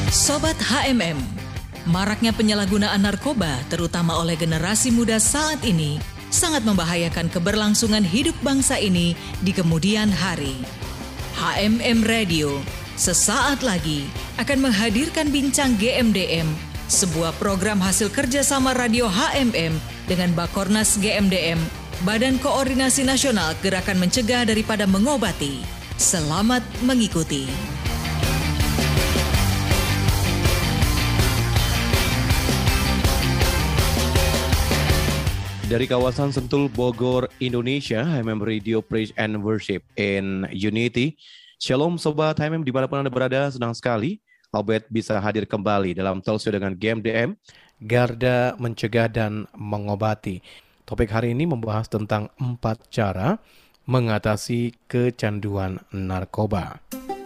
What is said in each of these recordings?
Sobat HMM, maraknya penyalahgunaan narkoba terutama oleh generasi muda saat ini sangat membahayakan keberlangsungan hidup bangsa ini di kemudian hari. HMM Radio sesaat lagi akan menghadirkan Bincang GMDM, sebuah program hasil kerjasama Radio HMM dengan Bakornas GMDM, Badan Koordinasi Nasional Gerakan Mencegah Daripada Mengobati. Selamat mengikuti. Dari kawasan Sentul, Bogor, Indonesia, HMM Radio Praise and Worship in Unity. Shalom Sobat HMM dimanapun Anda berada, senang sekali Albert bisa hadir kembali dalam talkshow dengan GMDM, Garda Mencegah dan Mengobati. Topik hari ini membahas tentang 4 cara mengatasi kecanduan narkoba.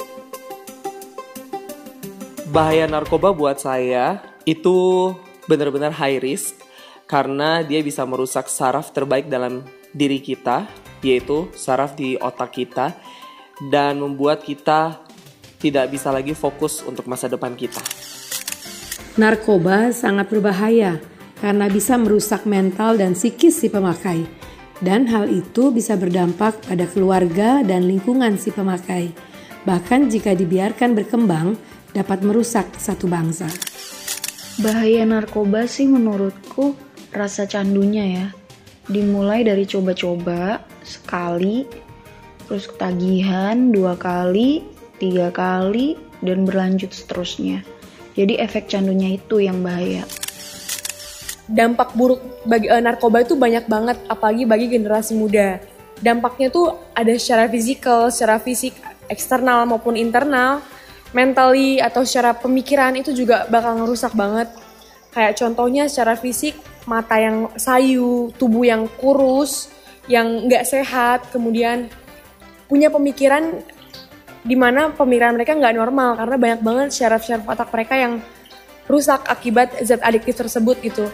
Bahaya narkoba buat saya itu benar-benar high risk karena dia bisa merusak saraf terbaik dalam diri kita, yaitu saraf di otak kita, dan membuat kita tidak bisa lagi fokus untuk masa depan kita. Narkoba sangat berbahaya karena bisa merusak mental dan psikis si pemakai, dan hal itu bisa berdampak pada keluarga dan lingkungan si pemakai. Bahkan jika dibiarkan berkembang, dapat merusak satu bangsa. Bahaya narkoba sih menurutku rasa candunya ya. Dimulai dari coba-coba sekali, terus ketagihan 2 kali, 3 kali, dan berlanjut seterusnya. Jadi efek candunya itu yang bahaya. Dampak buruk bagi narkoba itu banyak banget, apalagi bagi generasi muda. Dampaknya tuh ada secara fisik, eksternal maupun internal, mentally atau secara pemikiran itu juga bakal ngerusak banget. Kayak contohnya secara fisik, mata yang sayu, tubuh yang kurus, yang nggak sehat, kemudian punya pemikiran di mana pemikiran mereka nggak normal karena banyak banget syaraf-syaraf otak mereka yang rusak akibat zat adiktif tersebut gitu.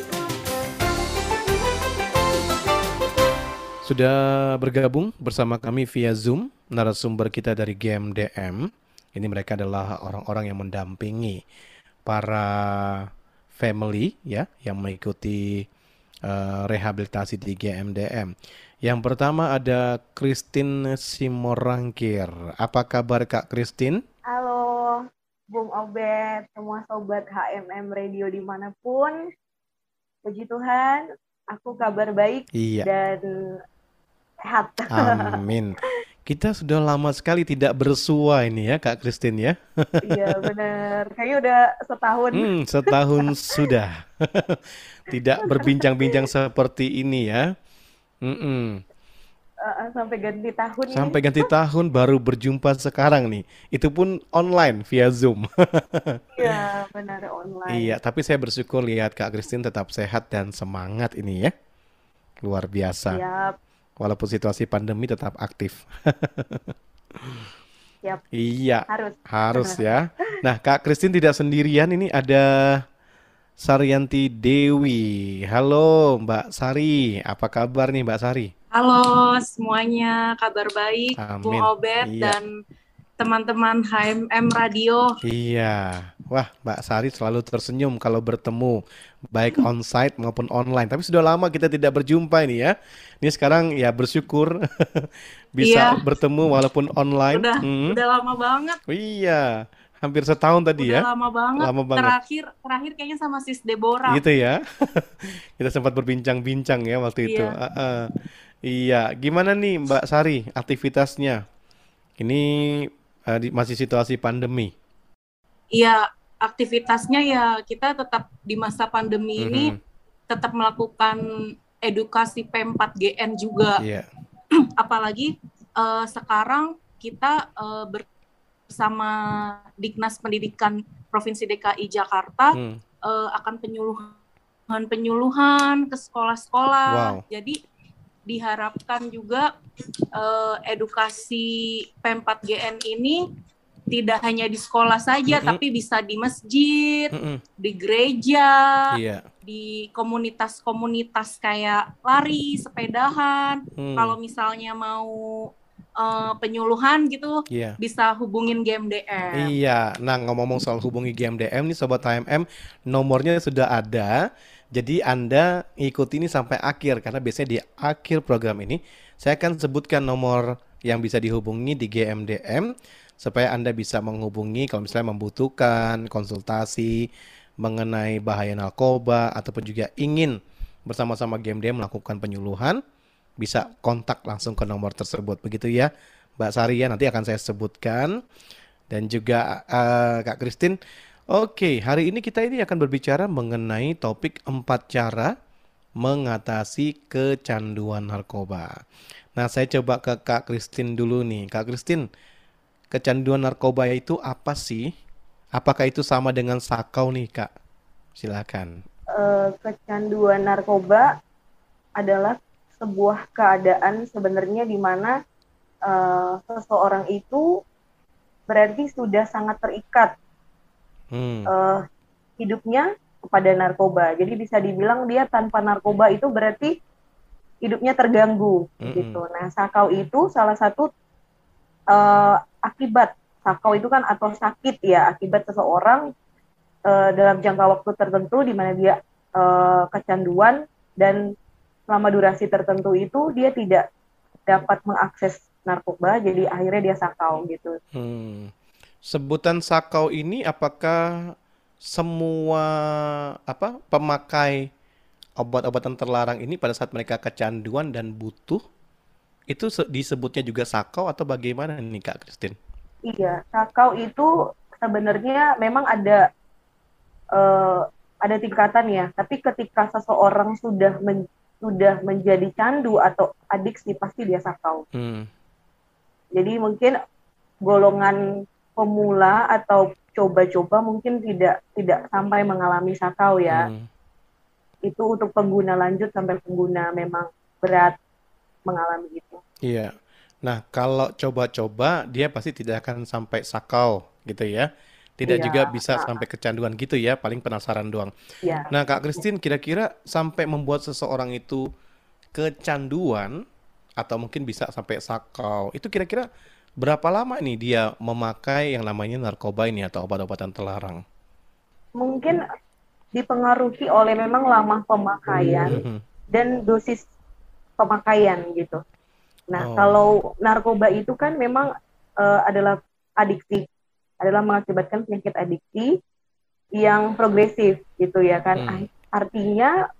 Sudah bergabung bersama kami via Zoom narasumber kita dari GMDM. Ini mereka adalah orang-orang yang mendampingi para family ya yang mengikuti rehabilitasi di GMDM. Yang pertama ada Christine Simorangkir. Apa kabar Kak Christine? Halo Bung Obet, semua sobat HMM Radio dimanapun. Puji Tuhan, aku kabar baik dan sehat. Amin. Kita sudah lama sekali tidak bersua ini ya Kak Christine ya. Iya benar, kayaknya udah setahun. Setahun sudah. Tidak berbincang-bincang seperti ini ya. Sampai ganti tahun. Sampai ganti tahun baru berjumpa sekarang nih. Itu pun online via Zoom. Iya benar online. Iya, tapi saya bersyukur lihat Kak Christine tetap sehat dan semangat ini ya. Luar biasa. Siap. Walaupun situasi pandemi tetap aktif. Siap. Iya, harus ya. Nah, Kak Christine tidak sendirian, ini ada Saryanti Dewi. Halo Mbak Sari, apa kabar nih Mbak Sari? Halo semuanya, kabar baik. Amin. Bung Obet dan teman-teman HMM Radio. Iya, wah Mbak Sari selalu tersenyum kalau bertemu, baik onsite maupun online. Tapi sudah lama kita tidak berjumpa ini ya. Ini sekarang ya bersyukur bisa bertemu walaupun online. Udah lama banget. Iya, hampir setahun tadi ya. Lama banget. Terakhir kayaknya sama Sis Deborah. Gitu ya. Kita sempat berbincang-bincang ya waktu itu. Iya, gimana nih Mbak Sari aktivitasnya? Ini masih situasi pandemi. Iya, aktivitasnya ya kita tetap di masa pandemi ini tetap melakukan edukasi P4GN juga. Apalagi sekarang kita bersama Dinas Pendidikan Provinsi DKI Jakarta akan penyuluhan ke sekolah-sekolah. Wow. Jadi diharapkan juga edukasi P4GN ini tidak hanya di sekolah saja, tapi bisa di masjid, di gereja, di komunitas-komunitas kayak lari, sepedahan. Kalau misalnya mau penyuluhan gitu, Iya. bisa hubungin GMDM. Iya, nah ngomong-ngomong soal hubungi GMDM nih Sobat HMM, nomornya sudah ada. Jadi Anda ikuti ini sampai akhir, karena biasanya di akhir program ini saya akan sebutkan nomor yang bisa dihubungi di GMDM supaya Anda bisa menghubungi kalau misalnya membutuhkan konsultasi mengenai bahaya narkoba ataupun juga ingin bersama-sama GMDM melakukan penyuluhan, bisa kontak langsung ke nomor tersebut. Begitu ya Mbak Sari ya, nanti akan saya sebutkan. Dan juga Kak Christine. Oke, hari ini kita ini akan berbicara mengenai topik 4 cara mengatasi kecanduan narkoba. Nah, saya coba ke Kak Christine dulu nih. Kak Christine, kecanduan narkoba itu apa sih? Apakah itu sama dengan sakau nih, Kak? Silakan. Kecanduan narkoba adalah sebuah keadaan sebenarnya di mana seseorang itu berarti sudah sangat terikat hidupnya kepada narkoba. Jadi bisa dibilang dia tanpa narkoba itu berarti hidupnya terganggu gitu. Nah, sakau itu salah satu akibat. Sakau itu kan atau sakit ya, akibat seseorang dalam jangka waktu tertentu di mana dia kecanduan dan selama durasi tertentu itu dia tidak dapat mengakses narkoba, jadi akhirnya dia sakau gitu. Sebutan sakau ini apakah semua pemakai obat-obatan terlarang ini pada saat mereka kecanduan dan butuh itu disebutnya juga sakau atau bagaimana nih Kak Christine? Iya, sakau itu sebenarnya memang ada tingkatan ya, tapi ketika seseorang sudah menjadi candu atau adiksi pasti dia sakau. Jadi mungkin golongan pemula atau coba-coba mungkin tidak sampai mengalami sakau ya. Itu untuk pengguna lanjut sampai pengguna memang berat mengalami itu. Iya. Nah, kalau coba-coba dia pasti tidak akan sampai sakau gitu ya. Tidak juga bisa sampai kecanduan gitu ya, paling penasaran doang. Iya. Nah, Kak Christine, kira-kira sampai membuat seseorang itu kecanduan atau mungkin bisa sampai sakau, itu kira-kira berapa lama nih dia memakai yang namanya narkoba ini atau obat-obatan terlarang? Mungkin dipengaruhi oleh memang lama pemakaian dan dosis pemakaian gitu. Nah, kalau narkoba itu kan memang adalah adiksi, adalah mengakibatkan penyakit adiksi yang progresif gitu ya kan. Artinya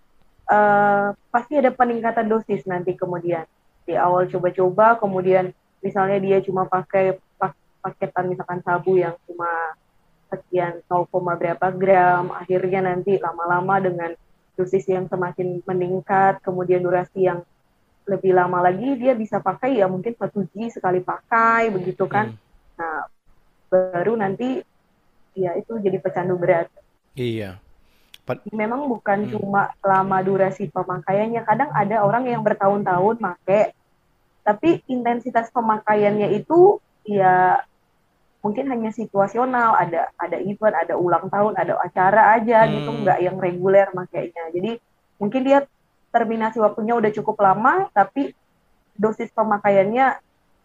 pasti ada peningkatan dosis nanti kemudian. Di awal coba-coba, kemudian misalnya dia cuma pakai paketan misalkan sabu yang cuma sekian 0, berapa gram, akhirnya nanti lama-lama dengan dosis yang semakin meningkat, kemudian durasi yang lebih lama lagi dia bisa pakai ya mungkin 1 G sekali pakai begitu kan. Nah, baru nanti ya itu jadi pecandu berat. Iya. Memang bukan cuma lama durasi pemakaiannya, kadang ada orang yang bertahun-tahun pakai, tapi intensitas pemakaiannya itu ya mungkin hanya situasional, ada event, ada ulang tahun, ada acara aja gitu, nggak yang reguler makainya. Jadi mungkin dia terminasi waktunya udah cukup lama, tapi dosis pemakaiannya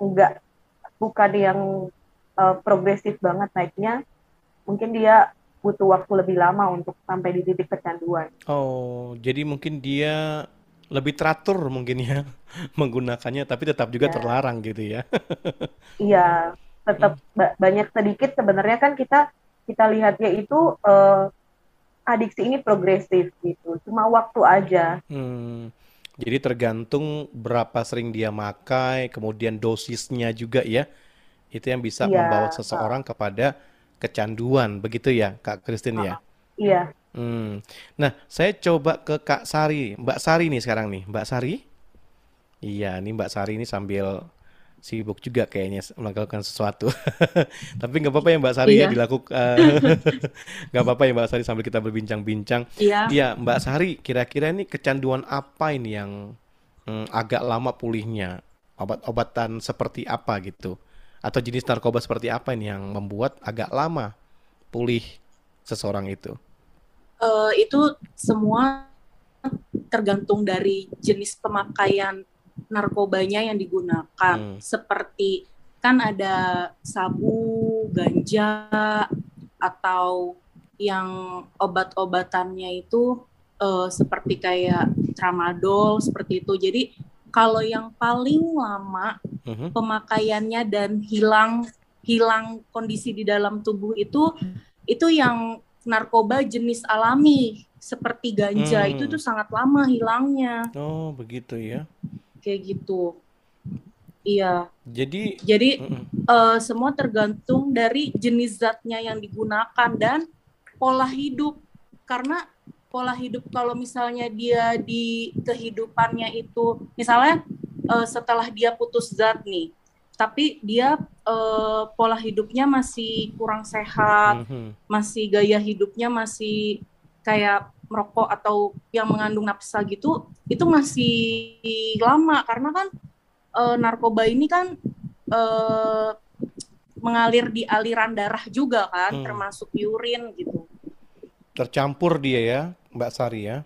bukan yang progresif banget naiknya, mungkin dia butuh waktu lebih lama untuk sampai di titik kecanduan. Oh, jadi mungkin dia lebih teratur mungkin ya menggunakannya, tapi tetap juga terlarang gitu ya. Iya, tetap banyak sedikit sebenarnya kan kita lihatnya itu adiksi ini progresif gitu, cuma waktu aja. Jadi tergantung berapa sering dia makai, kemudian dosisnya juga ya, itu yang bisa membawa seseorang kepada kecanduan, begitu ya Kak Christine ya? Iya. Nah, saya coba ke Kak Sari, Mbak Sari nih sekarang nih, Mbak Sari. Iya, ini Mbak Sari ini sambil sibuk juga kayaknya melakukan sesuatu. Tapi nggak apa-apa ya Mbak Sari ya dilakukan. Nggak apa-apa ya Mbak Sari sambil kita berbincang-bincang. Iya, Mbak Sari, kira-kira ini kecanduan apa ini yang agak lama pulihnya? Obat-obatan seperti apa gitu? Atau jenis narkoba seperti apa ini yang membuat agak lama pulih seseorang itu? Itu semua tergantung dari jenis pemakaian narkobanya yang digunakan. Seperti kan ada sabu, ganja, atau yang obat-obatannya itu seperti kayak tramadol, seperti itu. Jadi kalau yang paling lama pemakaiannya dan hilang kondisi di dalam tubuh itu yang narkoba jenis alami seperti ganja itu tuh sangat lama hilangnya. Oh, begitu ya. Kayak gitu. Iya. Jadi semua tergantung dari jenis zatnya yang digunakan dan pola hidup. Karena pola hidup kalau misalnya dia di kehidupannya itu, misalnya setelah dia putus zat nih, tapi dia pola hidupnya masih kurang sehat, masih gaya hidupnya masih kayak merokok atau yang mengandung nafsa gitu, itu masih lama karena kan narkoba ini kan mengalir di aliran darah juga kan, termasuk urin gitu. Tercampur dia ya, Mbak Sari ya?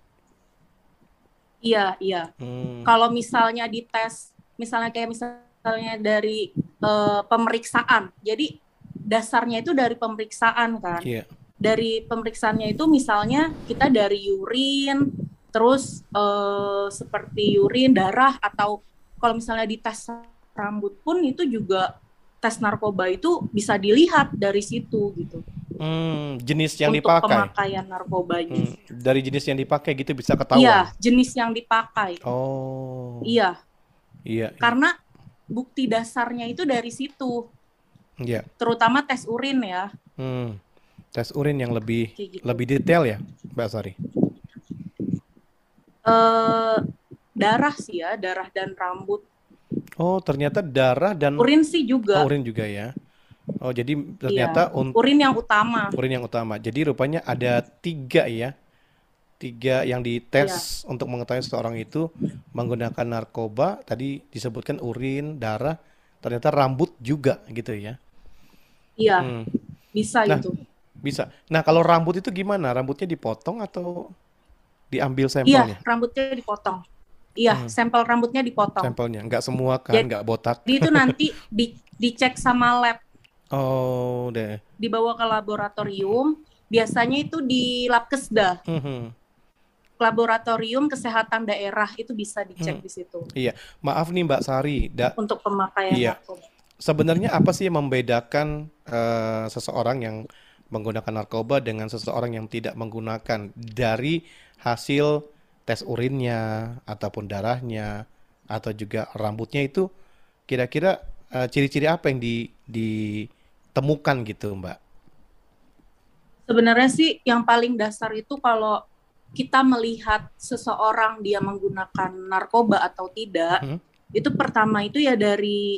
Iya. Kalau misalnya dites, misalnya dari pemeriksaan, jadi dasarnya itu dari pemeriksaan kan. Iya. Dari pemeriksaannya itu misalnya kita dari urin, terus seperti urin, darah, atau kalau misalnya di tes rambut pun itu juga tes narkoba itu bisa dilihat dari situ gitu. Jenis yang untuk dipakai. Pemakaian narkobanya. Dari jenis yang dipakai gitu bisa ketahuan. Iya, jenis yang dipakai. Oh. Iya. Iya. Karena bukti dasarnya itu dari situ. Iya. Terutama tes urin ya. Tes urin yang lebih gitu. lebih detail ya, Mbak Sari. Darah sih ya, darah dan rambut. Oh, ternyata darah dan urin sih juga. Oh, urin juga ya. Oh, jadi ternyata urin yang utama. Urin yang utama. Jadi rupanya ada 3 ya. 3 yang dites untuk mengetahui seseorang itu menggunakan narkoba. Tadi disebutkan urin, darah, ternyata rambut juga gitu ya. Iya. Bisa itu. Bisa. Nah, kalau rambut itu gimana? Rambutnya dipotong atau diambil sampelnya? Iya, rambutnya dipotong. Iya, sampel rambutnya dipotong. Sampelnya, nggak semua kan, nggak botak. Jadi itu nanti dicek sama lab. Oh, deh. Dibawa ke laboratorium, biasanya itu di Labkesda. Laboratorium Kesehatan Daerah itu bisa dicek di situ. Iya, maaf nih Mbak Sari. Untuk pemakaian narkoba. Sebenarnya apa sih yang membedakan seseorang yang menggunakan narkoba dengan seseorang yang tidak menggunakan dari hasil tes urinnya ataupun darahnya atau juga rambutnya itu kira-kira ciri-ciri apa yang ditemukan gitu, Mbak? Sebenarnya sih yang paling dasar itu kalau kita melihat seseorang dia menggunakan narkoba atau tidak, itu pertama itu ya dari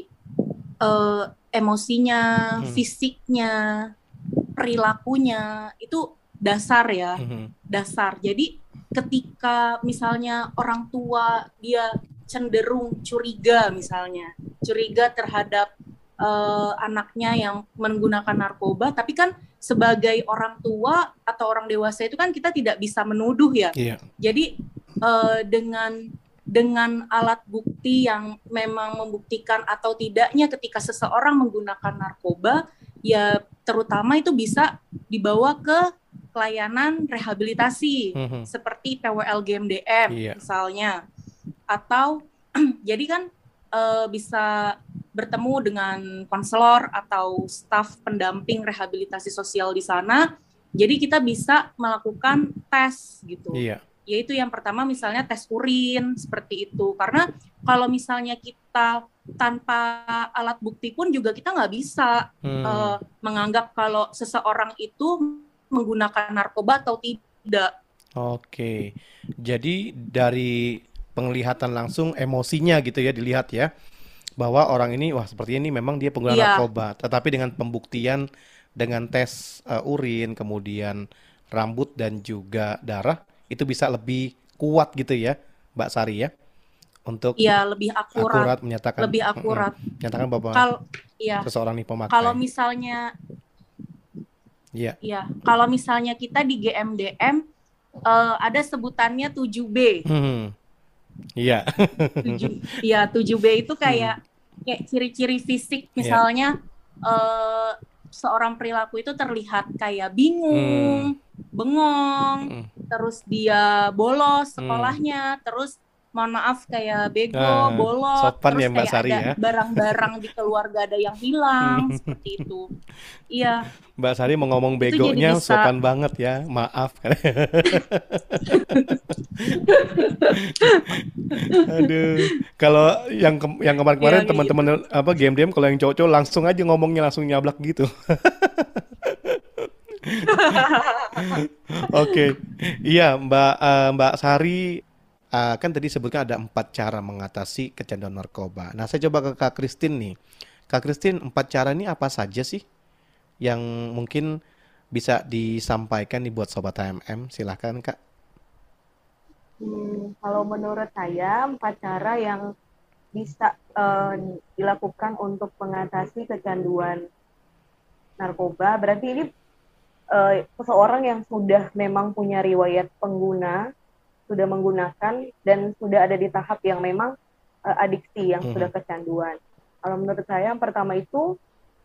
emosinya, fisiknya, perilakunya, itu dasar ya, dasar. Jadi ketika misalnya orang tua dia cenderung curiga misalnya, curiga terhadap anaknya yang menggunakan narkoba, tapi kan sebagai orang tua atau orang dewasa itu kan kita tidak bisa menuduh ya. Jadi dengan alat bukti yang memang membuktikan atau tidaknya ketika seseorang menggunakan narkoba, ya terutama itu bisa dibawa ke pelayanan rehabilitasi seperti PWL GMDM misalnya, atau jadi kan bisa bertemu dengan konselor atau staf pendamping rehabilitasi sosial di sana. Jadi kita bisa melakukan tes gitu. Yaitu yang pertama misalnya tes urin seperti itu. Karena kalau misalnya kita tanpa alat bukti pun juga kita nggak bisa menganggap kalau seseorang itu menggunakan narkoba atau tidak. Oke. Jadi dari penglihatan langsung emosinya gitu ya dilihat ya. Bahwa orang ini, wah seperti ini memang dia pengguna narkoba. Tetapi dengan pembuktian, dengan tes urin, kemudian rambut dan juga darah, itu bisa lebih kuat gitu ya, Mbak Sari ya? Untuk lebih akurat menyatakan. Lebih akurat. Menyatakan bahwa seseorang ini pemakai. Kalau misalnya, kalau misalnya kita di GMDM, ada sebutannya 7B. Iya. 7B itu kayak ciri-ciri fisik, misalnya seorang perilaku itu terlihat kayak bingung, bengong, terus dia bolos sekolahnya, terus mohon maaf kayak bego, bolot, sopan terus ya Mbak kayak Sari ada ya. barang-barang di keluarga ada yang hilang, seperti itu. Iya. Mbak Sari mau ngomong Itu jadi begonya bisa. sopan banget ya, maaf. Aduh, kalau yang kemarin-kemarin Iya, kayak teman-teman apa game kalau yang cowok-cowok langsung aja ngomongnya langsung nyablak gitu. Oke, iya Mbak Sari, kan tadi sebutkan ada 4 cara mengatasi kecanduan narkoba. Nah, saya coba ke Kak Christine nih. Kak Christine, 4 cara ini apa saja sih yang mungkin bisa disampaikan nih buat Sobat HMM? Silahkan Kak. Kalau menurut saya 4 cara yang bisa dilakukan untuk mengatasi kecanduan narkoba, berarti ini seseorang yang sudah memang punya riwayat pengguna, sudah menggunakan dan sudah ada di tahap yang memang adiksi, yang sudah kecanduan. Kalau menurut saya yang pertama itu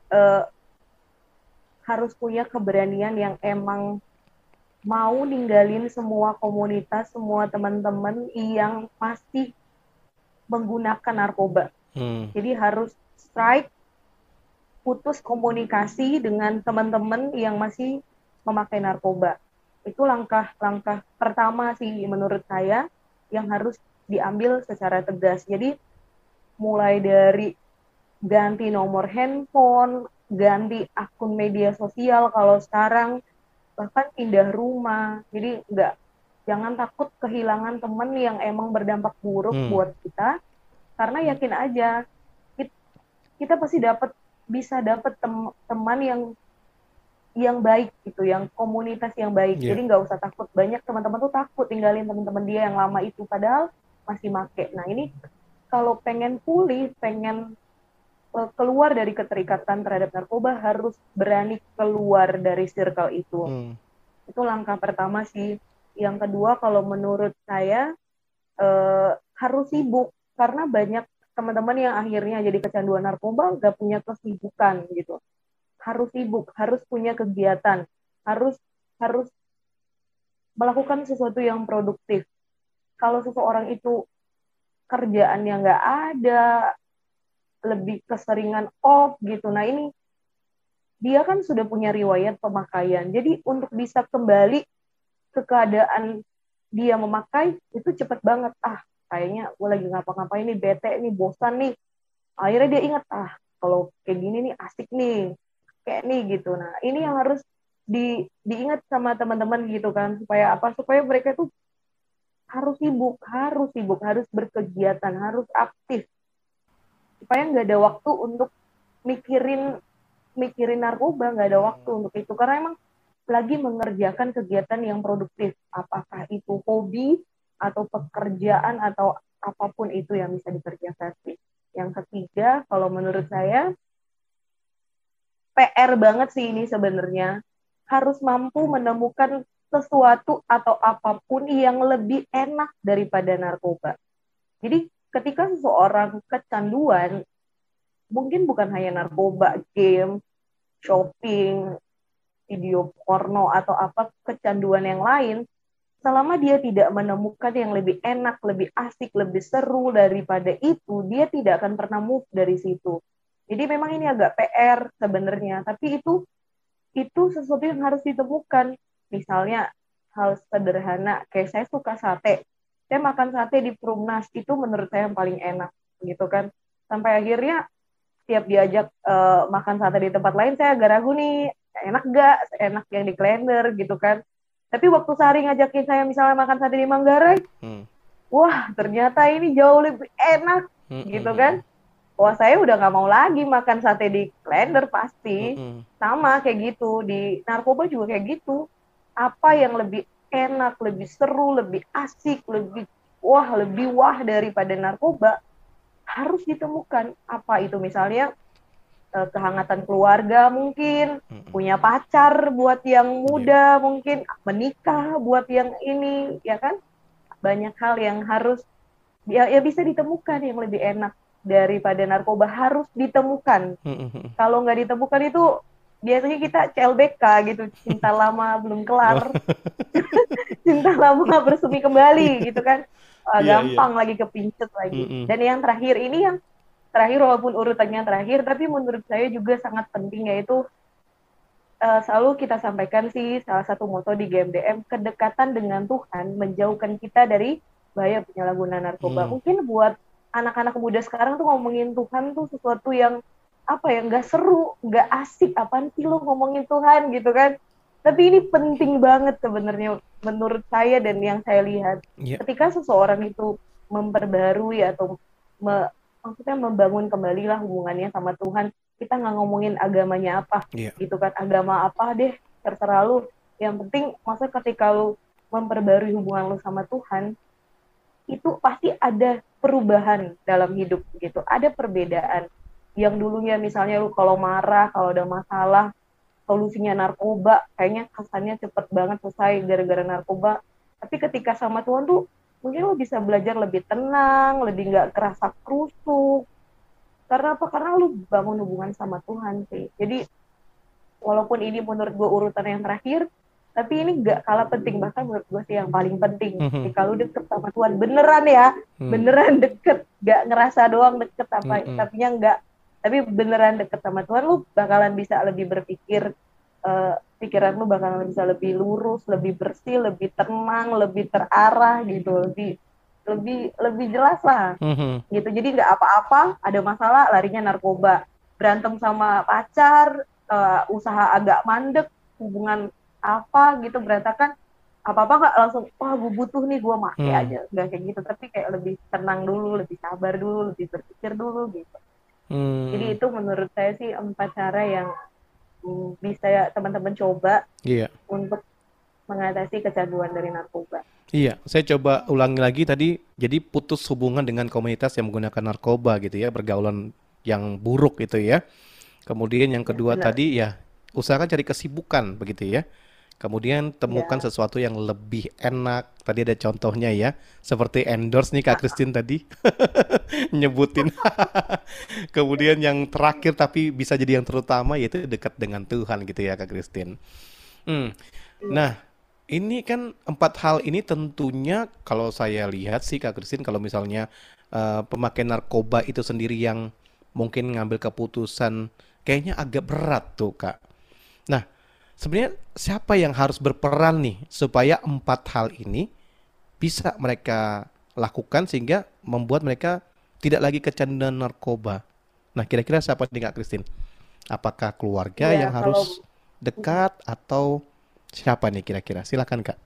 harus punya keberanian yang emang mau ninggalin semua komunitas, semua teman-teman yang masih menggunakan narkoba. Jadi harus strike, putus komunikasi dengan teman-teman yang masih memakai narkoba. Itu langkah-langkah pertama sih menurut saya yang harus diambil secara tegas. Jadi mulai dari ganti nomor handphone, ganti akun media sosial kalau sekarang, bahkan pindah rumah. Jadi jangan takut kehilangan teman yang emang berdampak buruk buat kita, karena yakin aja kita pasti bisa dapat teman yang baik gitu, yang komunitas yang baik. Jadi nggak usah takut. Banyak teman-teman tuh takut tinggalin teman-teman dia yang lama itu padahal masih make. Nah ini kalau pengen pulih, pengen keluar dari keterikatan terhadap narkoba, harus berani keluar dari circle itu. Itu langkah pertama sih. Yang kedua, kalau menurut saya harus sibuk, karena banyak teman-teman yang akhirnya jadi kecanduan narkoba nggak punya kesibukan gitu. Harus sibuk, harus punya kegiatan, harus melakukan sesuatu yang produktif. Kalau seseorang itu kerjaannya nggak ada, lebih keseringan off gitu, nah ini dia kan sudah punya riwayat pemakaian. Jadi untuk bisa kembali ke keadaan dia memakai itu cepat banget. Kayaknya gue lagi ngapa-ngapain nih, bete nih, bosan nih. Akhirnya dia ingat, kalau kayak gini nih asik nih, kayak nih gitu. Nah ini yang harus diingat sama teman-teman gitu kan, supaya apa? Supaya mereka tuh harus sibuk, harus berkegiatan, harus aktif, supaya nggak ada waktu untuk mikirin narkoba, nggak ada waktu untuk itu, karena emang lagi mengerjakan kegiatan yang produktif, apakah itu hobi atau pekerjaan atau apapun itu yang bisa dikerjakan. Yang ketiga, kalau menurut saya PR banget sih ini sebenarnya, harus mampu menemukan sesuatu atau apapun yang lebih enak daripada narkoba. Jadi ketika seseorang kecanduan, mungkin bukan hanya narkoba, game, shopping, video porno atau apa kecanduan yang lain, selama dia tidak menemukan yang lebih enak, lebih asik, lebih seru daripada itu, dia tidak akan pernah move dari situ. Jadi memang ini agak PR sebenarnya, tapi itu sesuatu yang harus ditemukan. Misalnya hal sederhana, kayak saya suka sate. Saya makan sate di Perumnas, itu menurut saya yang paling enak gitu kan. Sampai akhirnya tiap diajak makan sate di tempat lain, saya agak ragu nih, enak gak? Enak yang di Klender gitu kan. Tapi waktu Sari ngajakin saya misalnya makan sate di Manggarai, wah ternyata ini jauh lebih enak gitu kan. Wah saya udah gak mau lagi makan sate di Klender pasti. Sama kayak gitu, di narkoba juga kayak gitu. Apa yang lebih enak, lebih seru, lebih asik, lebih wah daripada narkoba, harus ditemukan. Apa itu? Misalnya kehangatan keluarga mungkin, punya pacar buat yang muda mungkin, menikah buat yang ini, ya kan? Banyak hal yang harus ya bisa ditemukan yang lebih enak daripada narkoba, harus ditemukan. Kalau nggak ditemukan itu biasanya kita CLBK gitu, cinta lama belum kelar, cinta lama bersemi kembali gitu kan. Gampang lagi kepincut lagi. Dan yang terakhir ini, yang terakhir walaupun urutannya terakhir, tapi menurut saya juga sangat penting, yaitu selalu kita sampaikan sih, salah satu moto di GMDM, kedekatan dengan Tuhan menjauhkan kita dari bahaya penyalahgunaan narkoba. Mungkin buat anak-anak muda sekarang tuh ngomongin Tuhan tuh sesuatu yang apa ya, nggak seru, nggak asik, apaan sih lo ngomongin Tuhan gitu kan. Tapi ini penting banget sebenarnya menurut saya dan yang saya lihat. Ketika seseorang itu memperbarui atau maksudnya membangun kembali lah hubungannya sama Tuhan, kita nggak ngomongin agamanya apa, gitu kan, agama apa deh, terserah lu. Yang penting, maksudnya ketika lu memperbarui hubungan lu sama Tuhan, itu pasti ada perubahan dalam hidup gitu, ada perbedaan. Yang dulunya misalnya lu kalau marah, kalau ada masalah, solusinya narkoba, kayaknya kesannya cepet banget selesai gara-gara narkoba. Tapi ketika sama Tuhan tuh, mungkin lu bisa belajar lebih tenang, lebih nggak kerasa krusuk. Karena apa? Karena lu bangun hubungan sama Tuhan sih. Jadi, walaupun ini menurut gue urutan yang terakhir, tapi ini nggak kalah penting, bahkan menurut gue sih yang paling penting. Kalau deket sama Tuhan, beneran ya, beneran deket, nggak ngerasa doang deket apa, tapinya nggak, tapi beneran deket sama Tuhan, lu bakalan bisa lebih berpikir, pikiran lu bakalan bisa lebih lurus, lebih bersih, lebih tenang, lebih terarah gitu, lebih jelas lah, gitu. Jadi nggak apa-apa, ada masalah larinya narkoba, berantem sama pacar, usaha agak mandek, hubungan apa gitu berantakan, apa-apa nggak langsung, wah gue butuh nih, gue make aja, nggak kayak gitu, tapi kayak lebih tenang dulu, lebih sabar dulu, lebih berpikir dulu gitu. Jadi itu menurut saya sih 4 cara yang bisa teman-teman coba untuk mengatasi kecanduan dari narkoba. Iya, saya coba ulangi lagi tadi, jadi putus hubungan dengan komunitas yang menggunakan narkoba gitu ya, pergaulan yang buruk gitu ya. Kemudian yang kedua tadi ya, usahakan cari kesibukan begitu ya. Kemudian temukan sesuatu yang lebih enak. Tadi ada contohnya ya, seperti endorse nih Kak Christine tadi nyebutin. Kemudian yang terakhir tapi bisa jadi yang terutama, yaitu dekat dengan Tuhan gitu ya Kak Christine. Nah, ini kan 4 hal ini tentunya kalau saya lihat sih Kak Christine, kalau misalnya pemakai narkoba itu sendiri yang mungkin ngambil keputusan kayaknya agak berat tuh Kak. Nah, sebenarnya siapa yang harus berperan nih supaya 4 hal ini bisa mereka lakukan sehingga membuat mereka tidak lagi kecanduan narkoba? Nah, kira-kira siapa nih Kak Christine? Apakah keluarga yang harus dekat atau siapa nih kira-kira? Silakan Kak.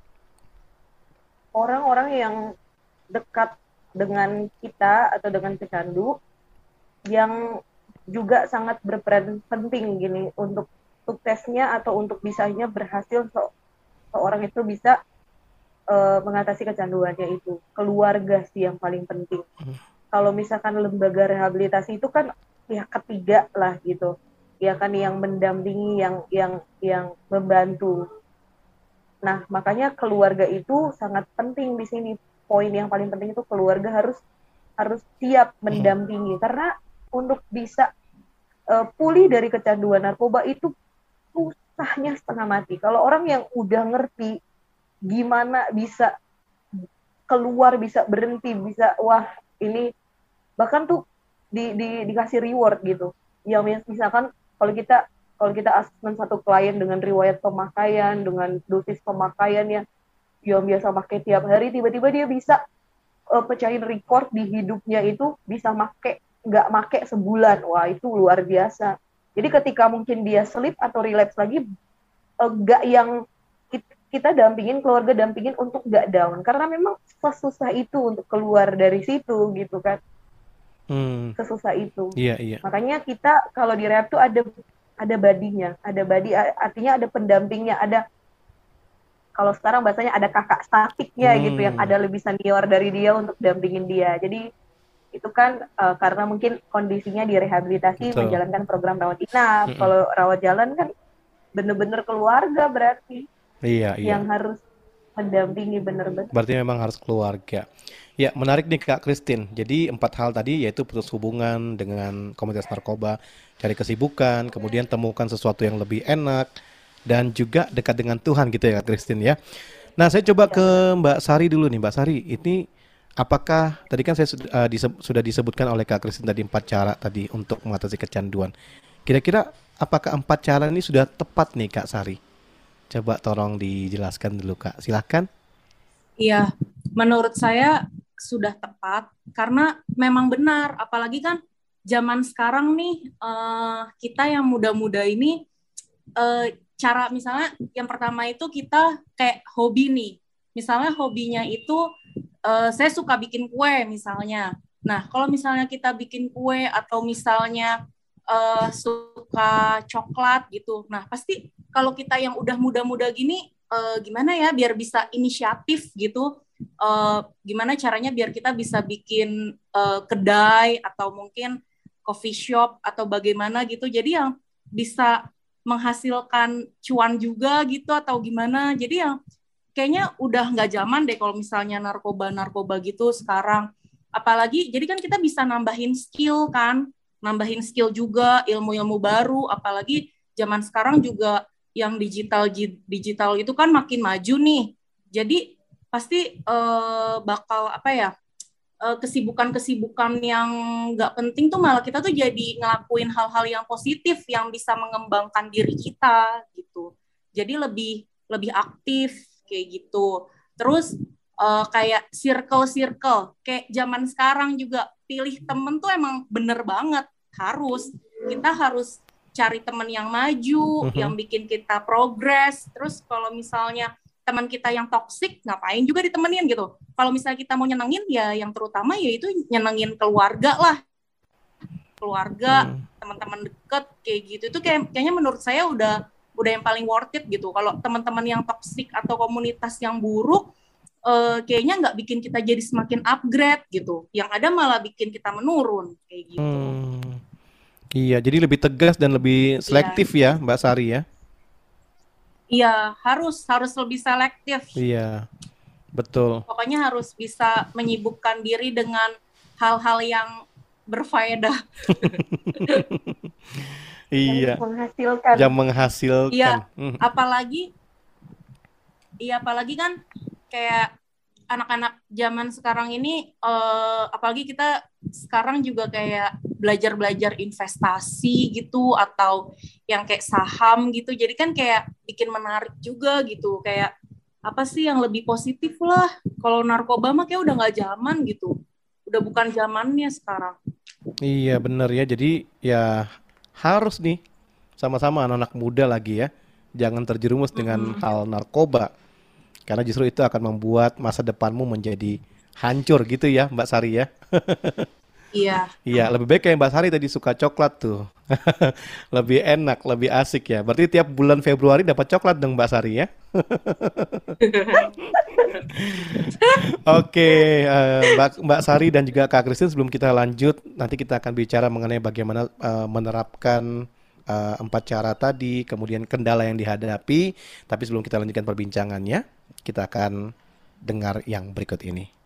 Orang-orang yang dekat dengan kita atau dengan pecandu yang juga sangat berperan penting gini untuk suksesnya atau untuk bisanya berhasil seorang itu bisa mengatasi kecanduannya itu. Keluarga sih yang paling penting. Kalau misalkan lembaga rehabilitasi itu kan pihak ketiga lah gitu, ya kan, yang mendampingi, yang membantu. Nah, makanya keluarga itu sangat penting di sini. Poin yang paling penting itu keluarga harus siap mendampingi, karena untuk bisa pulih dari kecanduan narkoba itu susahnya setengah mati. Kalau orang yang udah ngerti gimana bisa keluar, bisa berhenti, bisa ini bahkan tuh dikasih reward gitu. Yang misalkan kalau kita asesmen satu klien dengan riwayat pemakaian, dengan dosis pemakaian yang biasa pakai tiap hari, tiba-tiba dia bisa pecahin record di hidupnya itu bisa nggak make sebulan. Wah, itu luar biasa. Jadi ketika mungkin dia slip atau relapse lagi, nggak yang kita dampingin, keluarga dampingin untuk nggak down. Karena memang sesusah itu untuk keluar dari situ gitu kan. Sesusah itu. Iya. Makanya kita kalau di rehab tuh ada badinya. Ada badi, artinya ada pendampingnya. Ada, kalau sekarang bahasanya ada kakak statiknya gitu, yang ada lebih senior dari dia untuk dampingin dia. Jadi itu kan karena mungkin kondisinya di rehabilitasi menjalankan program rawat inap. Kalau rawat jalan kan bener-bener keluarga berarti yang harus mendampingi benar-benar. Berarti memang harus keluarga. Ya, menarik nih Kak Christine. Jadi 4 hal tadi yaitu putus hubungan dengan komunitas narkoba, cari kesibukan, kemudian temukan sesuatu yang lebih enak, dan juga dekat dengan Tuhan gitu ya Kak Christine ya. Nah, saya coba ke Mbak Sari dulu nih. Mbak Sari, ini apakah tadi kan saya sudah disebutkan oleh Kak Christine tadi 4 cara tadi untuk mengatasi kecanduan. Kira-kira apakah 4 cara ini sudah tepat nih Kak Sari? Coba tolong dijelaskan dulu Kak. Silakan. Iya, menurut saya sudah tepat karena memang benar, apalagi kan zaman sekarang nih kita yang muda-muda ini cara misalnya yang pertama itu kita kayak hobi nih, misalnya hobinya itu saya suka bikin kue misalnya. Nah kalau misalnya kita bikin kue atau misalnya suka coklat gitu, nah pasti kalau kita yang udah muda-muda gini gimana ya biar bisa inisiatif gitu. Gimana caranya biar kita bisa bikin kedai atau mungkin coffee shop atau bagaimana gitu, jadi yang bisa menghasilkan cuan juga gitu atau gimana. Jadi yang kayaknya udah nggak zaman deh kalau misalnya narkoba gitu sekarang, apalagi jadi kan kita bisa nambahin skill juga, ilmu-ilmu baru, apalagi zaman sekarang juga yang digital itu kan makin maju nih, jadi pasti bakal kesibukan yang nggak penting tuh malah kita tuh jadi ngelakuin hal-hal yang positif yang bisa mengembangkan diri kita gitu. Jadi lebih aktif kayak gitu. Terus kayak circle kayak zaman sekarang juga pilih temen tuh emang bener banget, kita harus cari temen yang maju, yang bikin kita progress. Terus kalau misalnya teman kita yang toksik, ngapain juga ditemenin gitu. Kalau misalnya kita mau nyenengin, ya yang terutama yaitu nyenengin keluarga lah. Keluarga, teman-teman deket, kayak gitu. Itu kayaknya menurut saya udah yang paling worth it gitu. Kalau teman-teman yang toksik atau komunitas yang buruk, kayaknya nggak bikin kita jadi semakin upgrade gitu. Yang ada malah bikin kita menurun, kayak gitu. Iya, jadi lebih tegas dan lebih selektif ya Mbak Sari ya? Iya, harus lebih selektif. Iya, betul. Pokoknya harus bisa menyibukkan diri dengan hal-hal yang berfaedah. Iya. Yang menghasilkan. Iya, apalagi kan kayak anak-anak zaman sekarang ini, apalagi kita sekarang juga kayak belajar investasi gitu atau yang kayak saham gitu, jadi kan kayak bikin menarik juga gitu, kayak apa sih yang lebih positif lah. Kalau narkoba mah kayak udah nggak zaman gitu, udah bukan zamannya sekarang. Iya bener ya, jadi ya harus nih sama-sama anak-anak muda lagi ya, jangan terjerumus dengan hal narkoba, karena justru itu akan membuat masa depanmu menjadi hancur gitu ya Mbak Sari ya. Iya. Iya, lebih baik kayak Mbak Sari tadi suka coklat tuh. Lebih enak, lebih asik ya. Berarti tiap bulan Februari dapat coklat dong Mbak Sari ya. Oke, Mbak Sari dan juga Kak Christine, sebelum kita lanjut, nanti kita akan bicara mengenai bagaimana menerapkan 4 cara tadi, kemudian kendala yang dihadapi. Tapi sebelum kita lanjutkan perbincangannya, kita akan dengar yang berikut ini.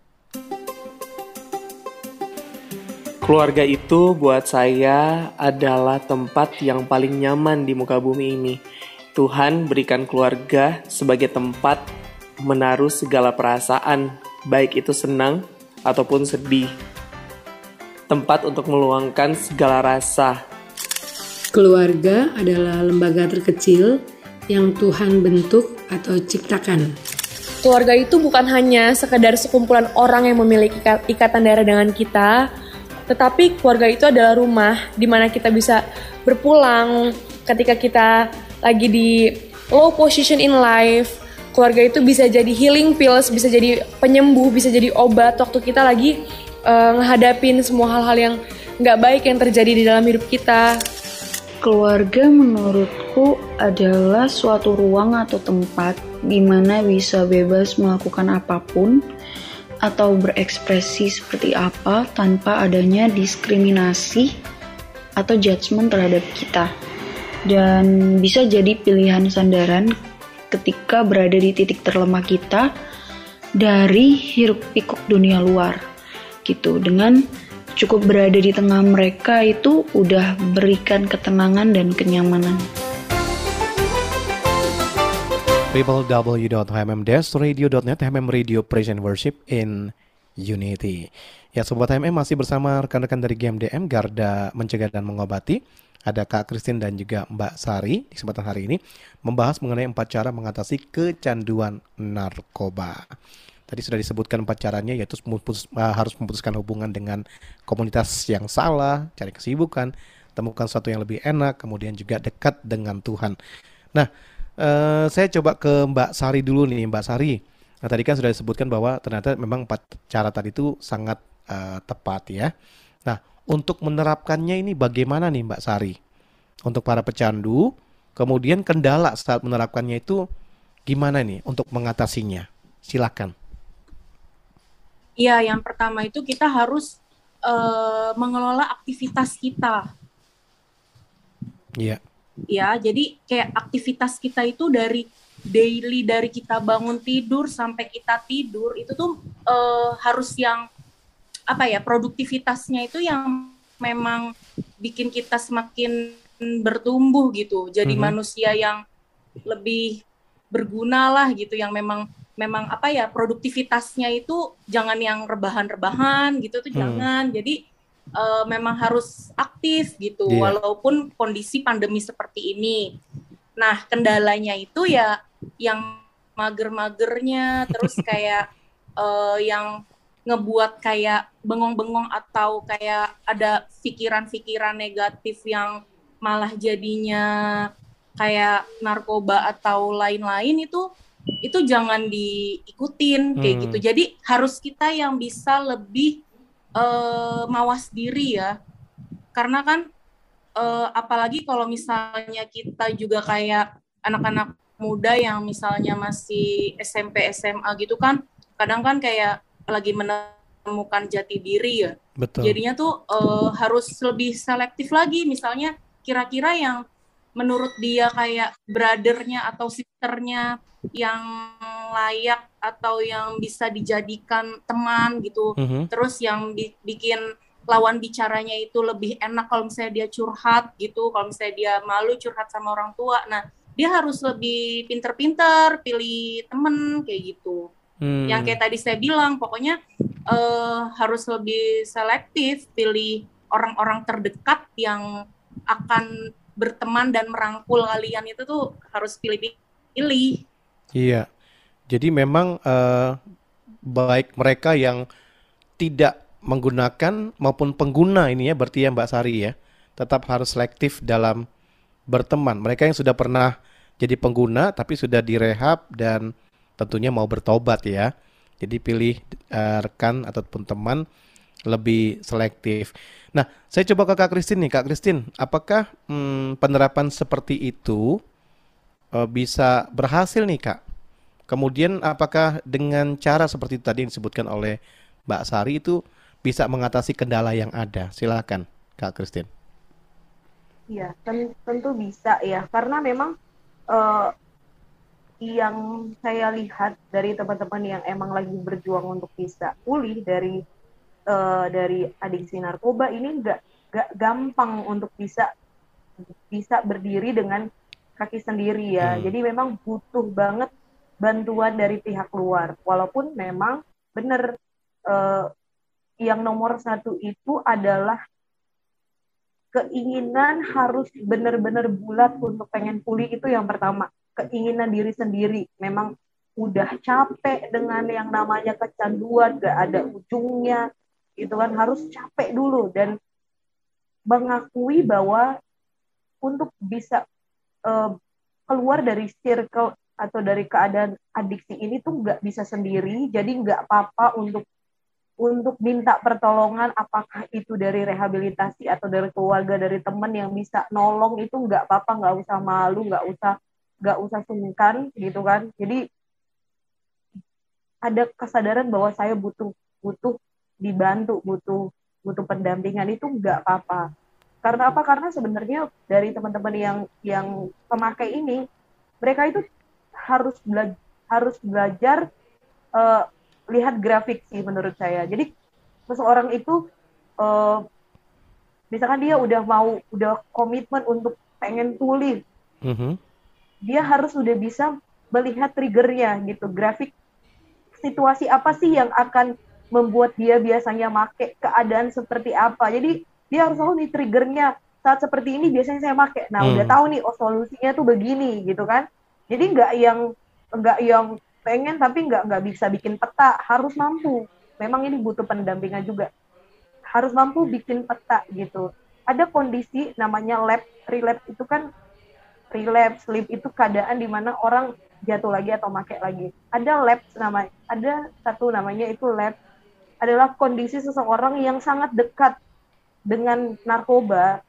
Keluarga itu buat saya adalah tempat yang paling nyaman di muka bumi ini. Tuhan berikan keluarga sebagai tempat menaruh segala perasaan, baik itu senang ataupun sedih. Tempat untuk meluangkan segala rasa. Keluarga adalah lembaga terkecil yang Tuhan bentuk atau ciptakan. Keluarga itu bukan hanya sekedar sekumpulan orang yang memiliki ikatan darah dengan kita, tetapi keluarga itu adalah rumah di mana kita bisa berpulang ketika kita lagi di low position in life. Keluarga itu bisa jadi healing pills, bisa jadi penyembuh, bisa jadi obat waktu kita lagi ngehadapin semua hal-hal yang nggak baik yang terjadi di dalam hidup kita. Keluarga menurutku adalah suatu ruang atau tempat di mana bisa bebas melakukan apapun atau berekspresi seperti apa tanpa adanya diskriminasi atau judgement terhadap kita, dan bisa jadi pilihan sandaran ketika berada di titik terlemah kita dari hiruk pikuk dunia luar gitu. Dengan cukup berada di tengah mereka itu udah berikan ketenangan dan kenyamanan. www.hmm-radio.net, HMM Radio Praise and Worship in Unity. Ya, Sobat HMM masih bersama rekan-rekan dari GMDM, Garda Mencegah dan Mengobati. Ada Kak Christine dan juga Mbak Sari di kesempatan hari ini membahas mengenai 4 cara mengatasi kecanduan narkoba. Tadi sudah disebutkan 4 caranya, yaitu harus memutuskan hubungan dengan komunitas yang salah, cari kesibukan, temukan sesuatu yang lebih enak, kemudian juga dekat dengan Tuhan. Nah, saya coba ke Mbak Sari dulu nih, Mbak Sari. Nah, tadi kan sudah disebutkan bahwa ternyata memang 4 cara tadi itu sangat tepat ya. Nah, untuk menerapkannya ini bagaimana nih Mbak Sari? Untuk para pecandu, kemudian kendala saat menerapkannya itu gimana nih untuk mengatasinya? Silakan. Ya, yang pertama itu kita harus mengelola aktivitas kita. Iya. Ya, jadi kayak aktivitas kita itu dari daily, dari kita bangun tidur sampai kita tidur itu tuh harus yang produktivitasnya itu yang memang bikin kita semakin bertumbuh gitu, jadi manusia yang lebih berguna lah gitu, yang memang produktivitasnya itu jangan yang rebahan-rebahan gitu tuh jangan, jadi memang harus aktif gitu, walaupun kondisi pandemi seperti ini. Nah, kendalanya itu ya yang mager-magernya, terus kayak yang ngebuat kayak bengong-bengong atau kayak ada pikiran-pikiran negatif yang malah jadinya kayak narkoba atau lain-lain, itu jangan diikutin kayak gitu. Jadi harus kita yang bisa lebih mawas diri ya, karena kan apalagi kalau misalnya kita juga kayak anak-anak muda yang misalnya masih SMP, SMA gitu kan, kadang kan kayak lagi menemukan jati diri ya. Betul. Jadinya tuh harus lebih selektif lagi, misalnya kira-kira yang menurut dia kayak brothernya atau sisternya yang layak atau yang bisa dijadikan teman gitu. Terus yang bikin lawan bicaranya itu lebih enak kalau misalnya dia curhat gitu, kalau misalnya dia malu curhat sama orang tua. Nah, dia harus lebih pinter-pinter pilih temen kayak gitu. Yang kayak tadi saya bilang, pokoknya harus lebih selektif pilih orang-orang terdekat yang akan berteman dan merangkul kalian, itu tuh harus pilih-pilih. Iya, jadi memang baik mereka yang tidak menggunakan maupun pengguna ini ya, berarti ya Mbak Sari ya, tetap harus selektif dalam berteman. Mereka yang sudah pernah jadi pengguna tapi sudah direhab dan tentunya mau bertobat ya. Jadi pilih rekan ataupun teman lebih selektif. Nah, saya coba ke Kak Christine nih. Kak Christine, apakah penerapan seperti itu bisa berhasil nih Kak? Kemudian apakah dengan cara seperti itu tadi yang disebutkan oleh Mbak Sari itu bisa mengatasi kendala yang ada? Silakan Kak Christine. Iya, tentu bisa ya, karena memang yang saya lihat dari teman-teman yang emang lagi berjuang untuk bisa pulih dari adiksi narkoba ini nggak gampang untuk bisa berdiri dengan kaki sendiri ya. Jadi memang butuh banget bantuan dari pihak luar. Walaupun memang benar yang nomor satu itu adalah keinginan harus benar-benar bulat untuk pengen pulih, itu yang pertama. Keinginan diri sendiri, memang udah capek dengan yang namanya kecanduan, gak ada ujungnya, gitu kan, harus capek dulu dan mengakui bahwa untuk bisa keluar dari circle atau dari keadaan adiksi ini tuh gak bisa sendiri, jadi gak apa-apa untuk minta pertolongan, apakah itu dari rehabilitasi atau dari keluarga, dari teman yang bisa nolong, itu gak apa-apa, gak usah malu, gak usah sungkan gitu kan. Jadi ada kesadaran bahwa saya butuh dibantu, butuh pendampingan, itu nggak apa-apa. Karena apa? Karena sebenarnya dari teman-teman yang pemakai ini, mereka itu harus belajar lihat grafik sih menurut saya. Jadi seseorang itu misalkan dia udah komitmen untuk pengen tulis, dia harus udah bisa melihat triggernya gitu, grafik situasi apa sih yang akan membuat dia biasanya make, keadaan seperti apa. Jadi dia harus tahu nih triggernya saat seperti ini biasanya saya make. Nah udah tahu nih, oh solusinya tuh begini gitu kan. Jadi nggak yang pengen tapi nggak bisa bikin peta, harus mampu. Memang ini butuh pendampingan juga. Harus mampu bikin peta gitu. Ada kondisi namanya relapse itu kan, relapse, sleep itu keadaan di mana orang jatuh lagi atau make lagi. Ada lapse namanya, ada satu namanya itu lapse, adalah kondisi seseorang yang sangat dekat dengan narkoba,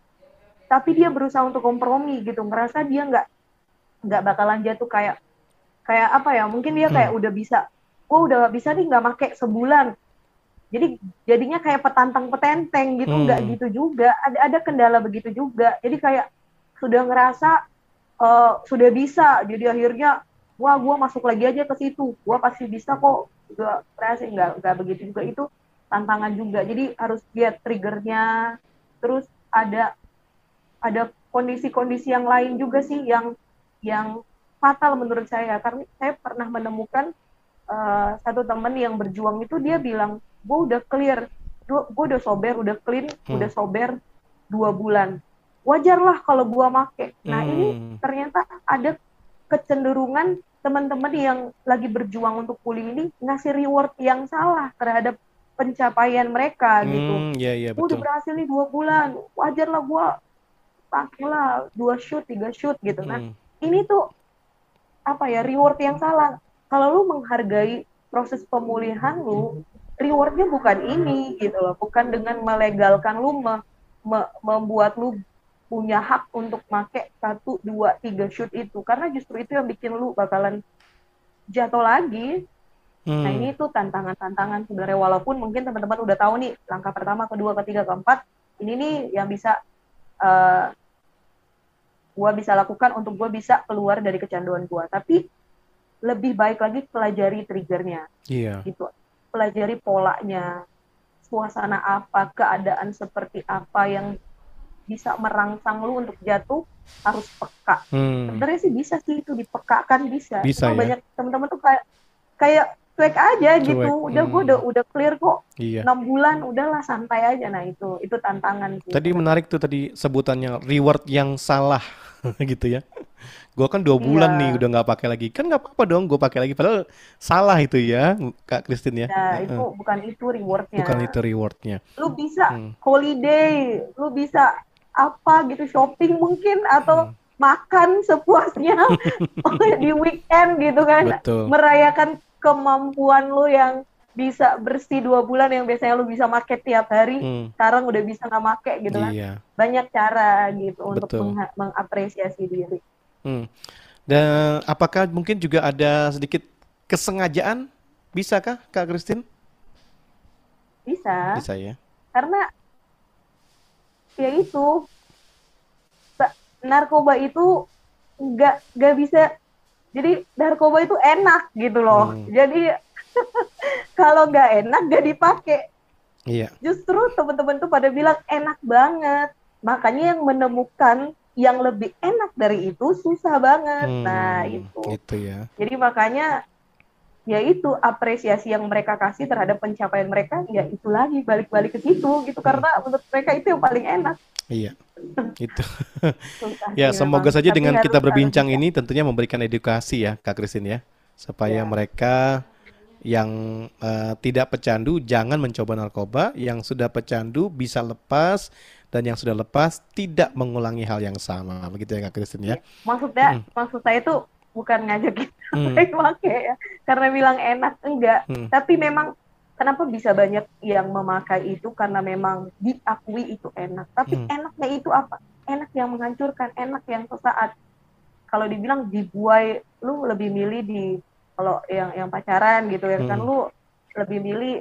tapi dia berusaha untuk kompromi gitu, ngerasa dia nggak bakalan jatuh, kayak apa ya? Mungkin dia kayak udah bisa nih nggak make sebulan. Jadi jadinya kayak petantang-petenteng gitu, nggak gitu juga. Ada kendala begitu juga. Jadi kayak sudah ngerasa sudah bisa, jadi akhirnya wah gue masuk lagi aja ke situ, gue pasti bisa kok. Juga berhasil, nggak begitu juga, itu tantangan juga. Jadi harus lihat triggernya. Terus ada kondisi-kondisi yang lain juga sih yang fatal menurut saya, karena saya pernah menemukan satu teman yang berjuang itu, dia bilang gue udah clear, gue udah sober, udah clean, udah sober 2 bulan. Wajar lah kalau gue make. Nah ini ternyata ada kecenderungan teman-teman yang lagi berjuang untuk pulih ini ngasih reward yang salah terhadap pencapaian mereka gitu. Iya, Gue udah berhasil nih 2 bulan, wajar lah gue pakai lah 2 shoot, 3 shoot gitu kan. Ini tuh apa ya, reward yang salah. Kalau lu menghargai proses pemulihan lu, rewardnya bukan ini gitu loh, bukan dengan melegalkan lu membuat lu punya hak untuk make 1, 2, 3 shoot itu, karena justru itu yang bikin lu bakalan jatuh lagi. Nah ini tuh tantangan sebenarnya, walaupun mungkin teman-teman udah tahu nih langkah pertama, kedua, ketiga, keempat, ini nih yang bisa gua bisa lakukan untuk gua bisa keluar dari kecanduan gua. Tapi lebih baik lagi pelajari triggernya, gitu, pelajari polanya, suasana apa, keadaan seperti apa yang bisa merangsang lu untuk jatuh, harus peka. Sebenarnya sih bisa sih itu dipekakan, bisa. Bisa ya? Banyak teman-teman tuh kayak cuek aja gitu. Udah gue udah clear kok. 6 bulan udahlah santai aja. Nah itu tantangan sih. Tadi menarik tuh tadi sebutannya reward yang salah gitu ya. Gue kan 2 bulan nih udah nggak pakai lagi, kan nggak apa-apa dong gue pakai lagi, padahal salah itu ya Kak Christine ya. Nah bukan itu rewardnya. Bukan itu rewardnya. Lu bisa holiday, lu bisa apa gitu, shopping mungkin, atau makan sepuasnya di weekend gitu kan. Betul. Merayakan kemampuan lu yang bisa bersih 2 bulan yang biasanya lu bisa make tiap hari, sekarang udah bisa nggak make gitu kan. Banyak cara gitu untuk mengapresiasi diri. Dan apakah mungkin juga ada sedikit kesengajaan? Bisakah Kak Christine? Bisa. Bisa ya. Karena ya itu, narkoba itu nggak bisa, jadi narkoba itu enak gitu loh. Jadi kalau nggak enak nggak dipakai. Justru teman-teman tuh pada bilang enak banget, makanya yang menemukan yang lebih enak dari itu susah banget. Nah itu ya. Jadi makanya ya itu apresiasi yang mereka kasih terhadap pencapaian mereka, ya itu lagi balik-balik ke situ gitu, karena menurut mereka itu yang paling enak. Iya, itu. Ya semoga memang. Saja tapi dengan kita berbincang ini tentunya memberikan edukasi ya Kak Christine ya, supaya mereka yang tidak pecandu jangan mencoba narkoba, yang sudah pecandu bisa lepas, dan yang sudah lepas tidak mengulangi hal yang sama, begitu ya Kak Christine ya. Maksud saya itu bukan ngajak kita pakai ya, karena bilang enak, enggak. Tapi memang kenapa bisa banyak yang memakai itu, karena memang diakui itu enak. Tapi enaknya itu apa? Enak yang menghancurkan, enak yang sesaat. Kalau dibilang dibuai, lu lebih milih kalau yang pacaran gitu ya kan, lu lebih milih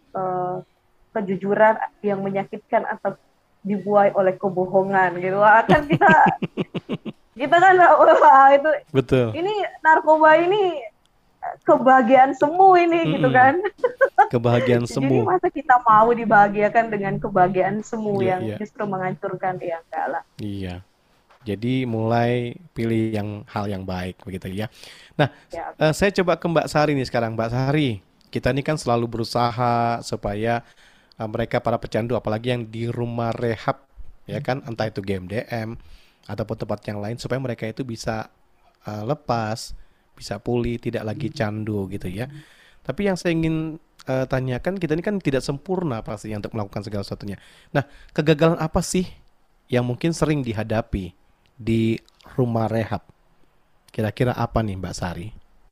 kejujuran yang menyakitkan atau dibuai oleh kebohongan gitu. Akan kita Kita kan wah itu Betul. ini narkoba ini kebahagiaan semu ini gitu kan. Kebahagiaan Jadi semu. masa kita mau dibahagiakan dengan kebahagiaan semu Iya, yang iya. justru menghancurkan, ya enggak lah. Iya. Jadi mulai pilih hal yang baik begitu ya. Nah, Ya. saya coba ke Mbak Sari nih sekarang. Mbak Sari, kita ini kan selalu berusaha supaya mereka para pecandu, apalagi yang di rumah rehab, ya kan, entah itu GMDM ataupun tempat yang lain, supaya mereka itu bisa lepas, bisa pulih, tidak lagi candu gitu ya. Tapi yang saya ingin tanyakan, kita ini kan tidak sempurna pastinya untuk melakukan segala sesuatunya. Nah, kegagalan apa sih yang mungkin sering dihadapi di rumah rehab? Kira-kira apa nih Mbak Sari?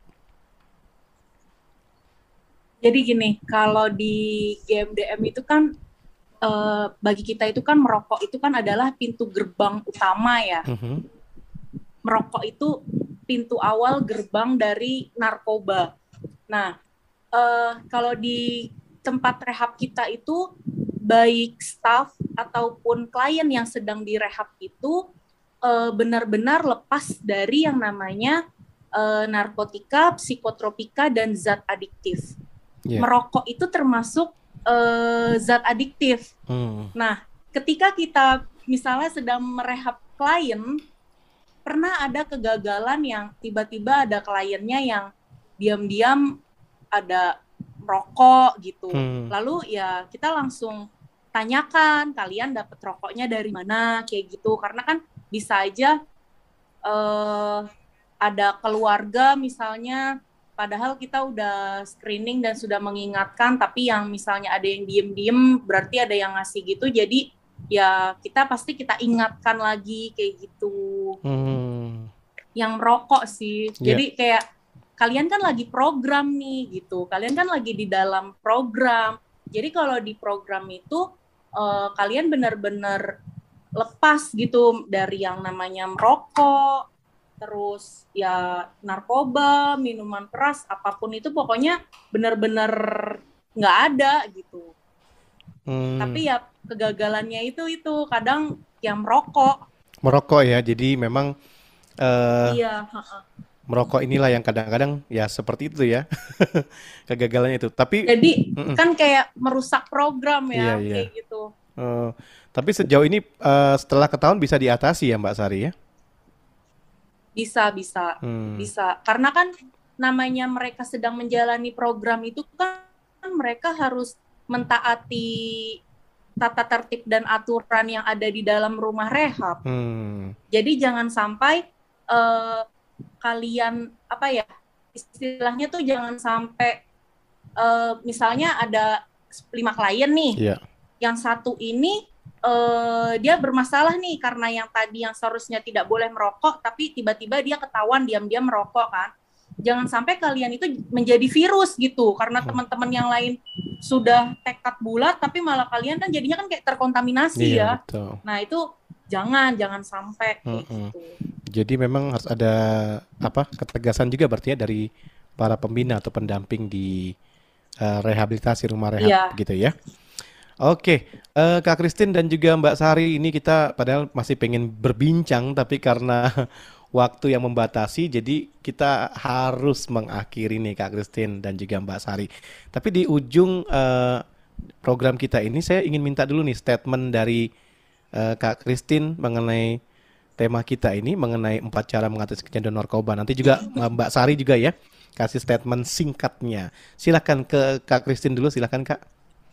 Jadi gini, kalau di GMDM itu kan bagi kita itu kan merokok itu kan adalah pintu gerbang utama ya. Merokok itu pintu awal gerbang dari narkoba. Nah, kalau di tempat rehab kita itu baik staff ataupun klien yang sedang direhab itu benar-benar lepas dari yang namanya narkotika, psikotropika, dan zat adiktif. Merokok itu termasuk zat adiktif. Nah, ketika kita misalnya sedang merehab klien, pernah ada kegagalan yang tiba-tiba ada kliennya yang diam-diam ada merokok gitu. Lalu ya kita langsung tanyakan, kalian dapat rokoknya dari mana, kayak gitu. Karena kan bisa aja ada keluarga misalnya, padahal kita udah screening dan sudah mengingatkan, tapi yang misalnya ada yang diem-diem, berarti ada yang ngasih gitu, jadi ya kita ingatkan lagi kayak gitu. Yang merokok sih, jadi kayak kalian kan lagi program nih gitu, kalian kan lagi di dalam program, jadi kalau di program itu kalian benar-benar lepas gitu dari yang namanya merokok, terus ya narkoba, minuman keras, apapun itu pokoknya benar-benar nggak ada gitu. Tapi ya kegagalannya itu kadang yang merokok. Merokok ya, jadi memang iya. Merokok inilah yang kadang-kadang ya seperti itu ya kegagalannya itu. Tapi jadi kan kayak merusak program ya, kayak gitu. Tapi sejauh ini setelah ketahuan bisa diatasi ya Mbak Sari ya? Bisa. Karena kan namanya mereka sedang menjalani program itu kan mereka harus mentaati tata tertib dan aturan yang ada di dalam rumah rehab. Jadi jangan sampai kalian istilahnya tuh jangan sampai misalnya ada 5 klien nih, yang satu ini dia bermasalah nih karena yang tadi yang seharusnya tidak boleh merokok, tapi tiba-tiba dia ketahuan diam-diam merokok kan. Jangan sampai kalian itu menjadi virus gitu, karena teman-teman yang lain sudah tekad bulat, tapi malah kalian kan jadinya kan kayak terkontaminasi ya. Betul. Nah itu jangan sampai gitu. Jadi memang harus ada ketegasan juga berarti ya dari para pembina atau pendamping di rehabilitasi rumah rehab gitu ya. Oke, Kak Christine dan juga Mbak Sari, ini kita padahal masih pengen berbincang, tapi karena waktu yang membatasi, jadi kita harus mengakhiri nih Kak Christine dan juga Mbak Sari. Tapi di ujung program kita ini saya ingin minta dulu nih statement dari Kak Christine mengenai tema kita ini, mengenai 4 cara mengatasi kecanduan narkoba. Nanti juga Mbak Sari juga ya kasih statement singkatnya. Silakan ke Kak Christine dulu, silakan Kak.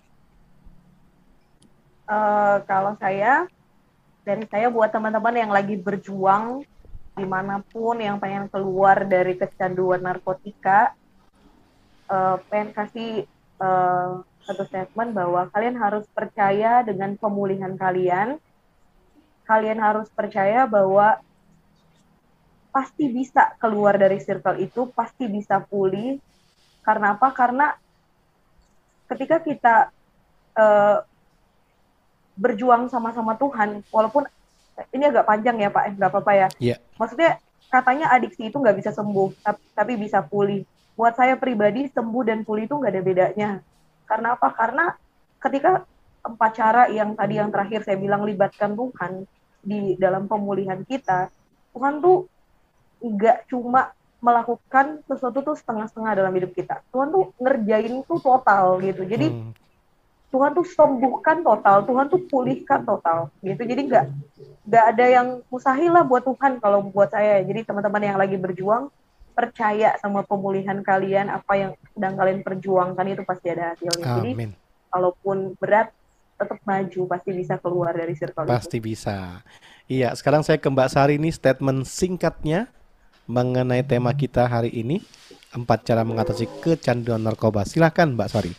Kalau dari saya buat teman-teman yang lagi berjuang dimanapun, yang pengen keluar dari kecanduan narkotika, pengen kasih satu statement bahwa kalian harus percaya dengan pemulihan kalian. Kalian harus percaya bahwa pasti bisa keluar dari circle itu, pasti bisa pulih. Karena apa? Karena ketika kita berjuang sama-sama Tuhan, walaupun ini agak panjang ya Pak, nggak apa-apa ya. Maksudnya katanya adiksi itu nggak bisa sembuh, tapi bisa pulih. Buat saya pribadi, sembuh dan pulih itu nggak ada bedanya. Karena apa? Karena ketika 4 cara yang tadi yang terakhir saya bilang libatkan Tuhan di dalam pemulihan kita, Tuhan tuh nggak cuma melakukan sesuatu tuh setengah-setengah dalam hidup kita. Tuhan tuh ngerjain tuh total gitu. Jadi Tuhan tuh sembuhkan total, Tuhan tuh pulihkan total gitu. Jadi nggak ada yang mustahil lah buat Tuhan kalau buat saya. Jadi teman-teman yang lagi berjuang, percaya sama pemulihan kalian, apa yang sedang kalian perjuangkan itu pasti ada hasilnya. Amin. Jadi kalaupun berat, tetap maju, pasti bisa keluar dari circle Pasti itu. bisa. Iya, sekarang saya ke Mbak Sari nih, statement singkatnya mengenai tema kita hari ini, 4 cara mengatasi kecanduan narkoba. Silahkan Mbak Sari.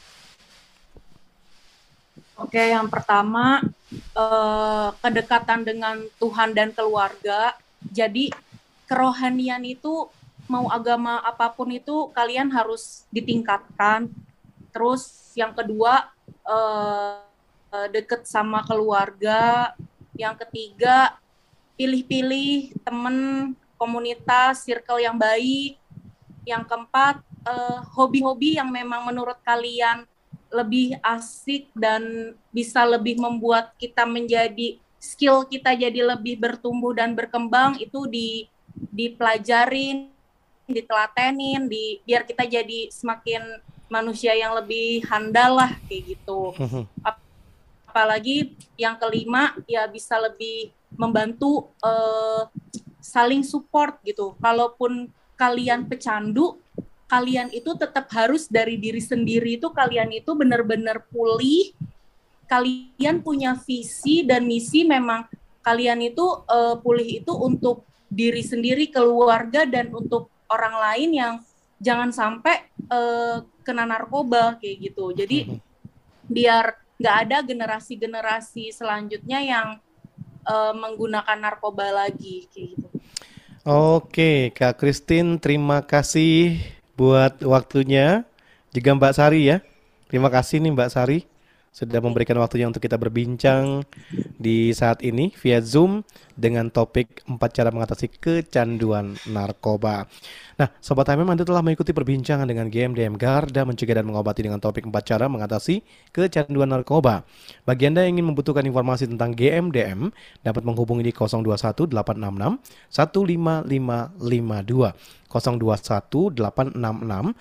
Oke, yang pertama kedekatan dengan Tuhan dan keluarga. Jadi kerohanian itu mau agama apapun itu kalian harus ditingkatkan. Terus yang kedua deket sama keluarga. Yang ketiga pilih-pilih temen, komunitas, circle yang baik. Yang keempat hobi-hobi yang memang menurut kalian lebih asik dan bisa lebih membuat kita menjadi skill kita jadi lebih bertumbuh dan berkembang, itu dipelajarin, ditelatenin, biar kita jadi semakin manusia yang lebih handal lah kayak gitu. Apalagi yang kelima ya bisa lebih membantu saling support gitu. Kalaupun kalian pecandu, kalian itu tetap harus dari diri sendiri itu kalian itu benar-benar pulih. Kalian punya visi dan misi, memang kalian itu pulih itu untuk diri sendiri, keluarga, dan untuk orang lain yang jangan sampai kena narkoba kayak gitu. Jadi biar nggak ada generasi-generasi selanjutnya yang menggunakan narkoba lagi kayak gitu. Oke, Kak Christine, terima kasih buat waktunya. Juga Mbak Sari ya. Terima kasih nih Mbak Sari sudah memberikan waktunya untuk kita berbincang di saat ini via Zoom dengan topik 4 cara mengatasi kecanduan narkoba. Nah, Sobat HMM, Anda telah mengikuti perbincangan dengan GMDM, Garda Mencegah dan Mengobati, dengan topik 4 cara mengatasi kecanduan narkoba. Bagi Anda yang ingin membutuhkan informasi tentang GMDM, dapat menghubungi di 021 866 15552. 021 866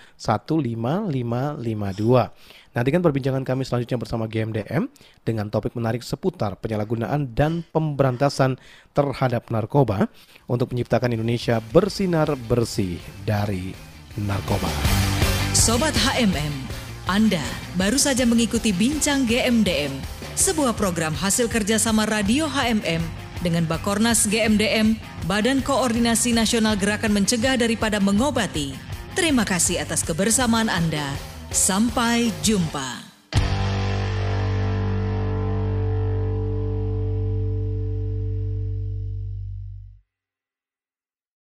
15552. Nantikan perbincangan kami selanjutnya bersama GMDM dengan topik menarik seputar penyalahgunaan dan pemberantasan terhadap narkoba untuk menciptakan Indonesia bersinar bersih dari narkoba. Sobat HMM, Anda baru saja mengikuti Bincang GMDM, sebuah program hasil kerjasama Radio HMM dengan Bakornas GMDM, Badan Koordinasi Nasional Gerakan Mencegah Daripada Mengobati. Terima kasih atas kebersamaan Anda. Sampai jumpa.